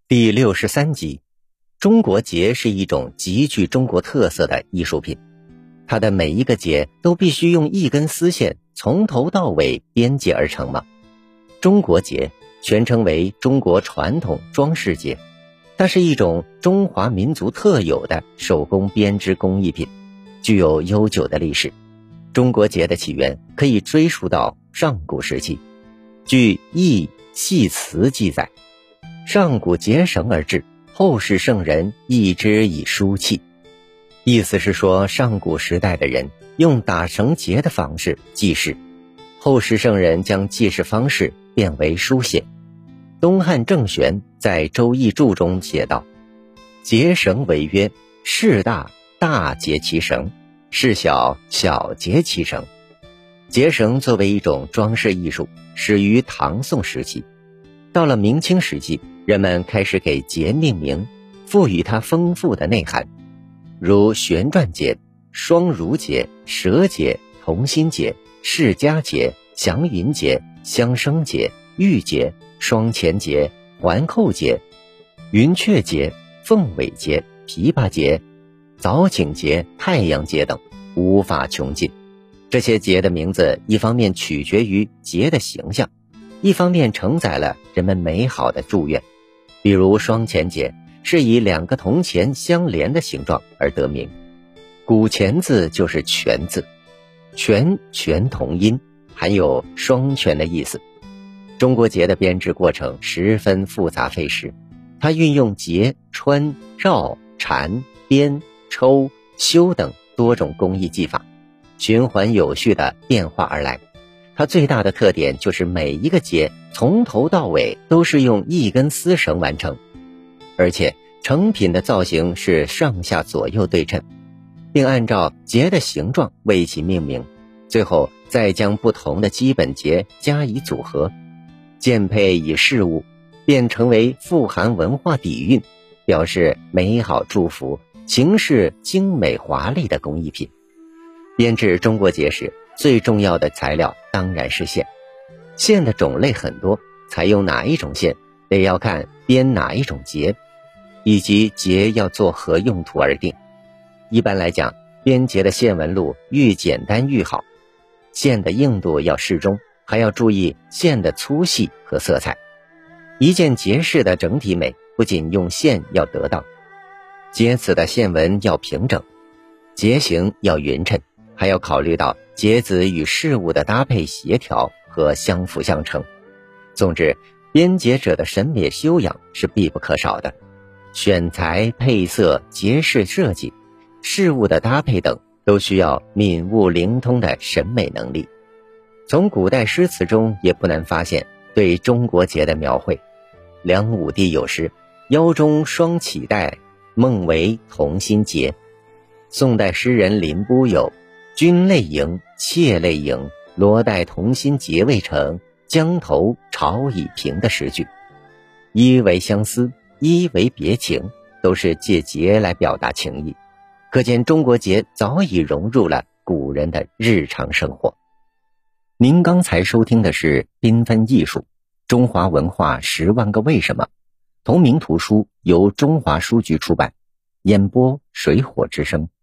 第63集，中国结是一种极具中国特色的艺术品，它的每一个结都必须用一根丝线从头到尾编结而成吗？中国结全称为中国传统装饰结，它是一种中华民族特有的手工编织工艺品，具有悠久的历史。中国结的起源可以追溯到上古时期，据《易系辞》记载，上古结绳而制，后世圣人易之以书契。意思是说，上古时代的人用打绳结的方式记事，后世圣人将记事方式变为书写。东汉郑玄在《周易注》中写道：结绳为曰，事大大结其绳，事小小结其绳。结绳作为一种装饰艺术，始于唐宋时期。到了明清时期，人们开始给结命名，赋予它丰富的内涵，如旋转结、双如结、蛇结、同心结、世家结、祥云结、相生结、玉结、双钱结、环扣结、云雀结、凤尾结、琵琶结、藻井结、太阳结等，无法穷尽。这些结的名字一方面取决于结的形象，一方面承载了人们美好的祝愿。比如双钱结是以两个铜钱相连的形状而得名，古钱字就是权字，权同音，含有双全的意思。中国结的编织过程十分复杂费时，它运用结、穿、绕、缠、编、抽、修等多种工艺技法，循环有序地变化而来。它最大的特点就是每一个结从头到尾都是用一根丝绳完成，而且成品的造型是上下左右对称，并按照结的形状为其命名，最后再将不同的基本结加以组合，建配以饰物，便成为富含文化底蕴，表示美好祝福，形式精美华丽的工艺品。编制中国结时，最重要的材料当然是线。线的种类很多，采用哪一种线得要看编哪一种结，以及结要做何用途而定。一般来讲，编结的线纹路愈简单愈好，线的硬度要适中，还要注意线的粗细和色彩。一件结饰的整体美，不仅用线要得当，结子的线纹要平整，结形要匀称，还要考虑到结子与事物的搭配协调和相辅相成。总之，编结者的审美修养是必不可少的，选材、配色、结饰设计、事物的搭配等，都需要敏悟灵通的审美能力。从古代诗词中也不难发现对中国结的描绘。梁武帝有诗：腰中双起带，梦为同心结。宋代诗人林逋有君泪盈，妾泪盈，罗带同心结未成，江头潮已平的诗句。一为相思，一为别情，都是借结来表达情意，可见中国结早已融入了古人的日常生活。您刚才收听的是缤纷艺术中华文化10万个为什么同名图书，由中华书局出版，演播水火之声。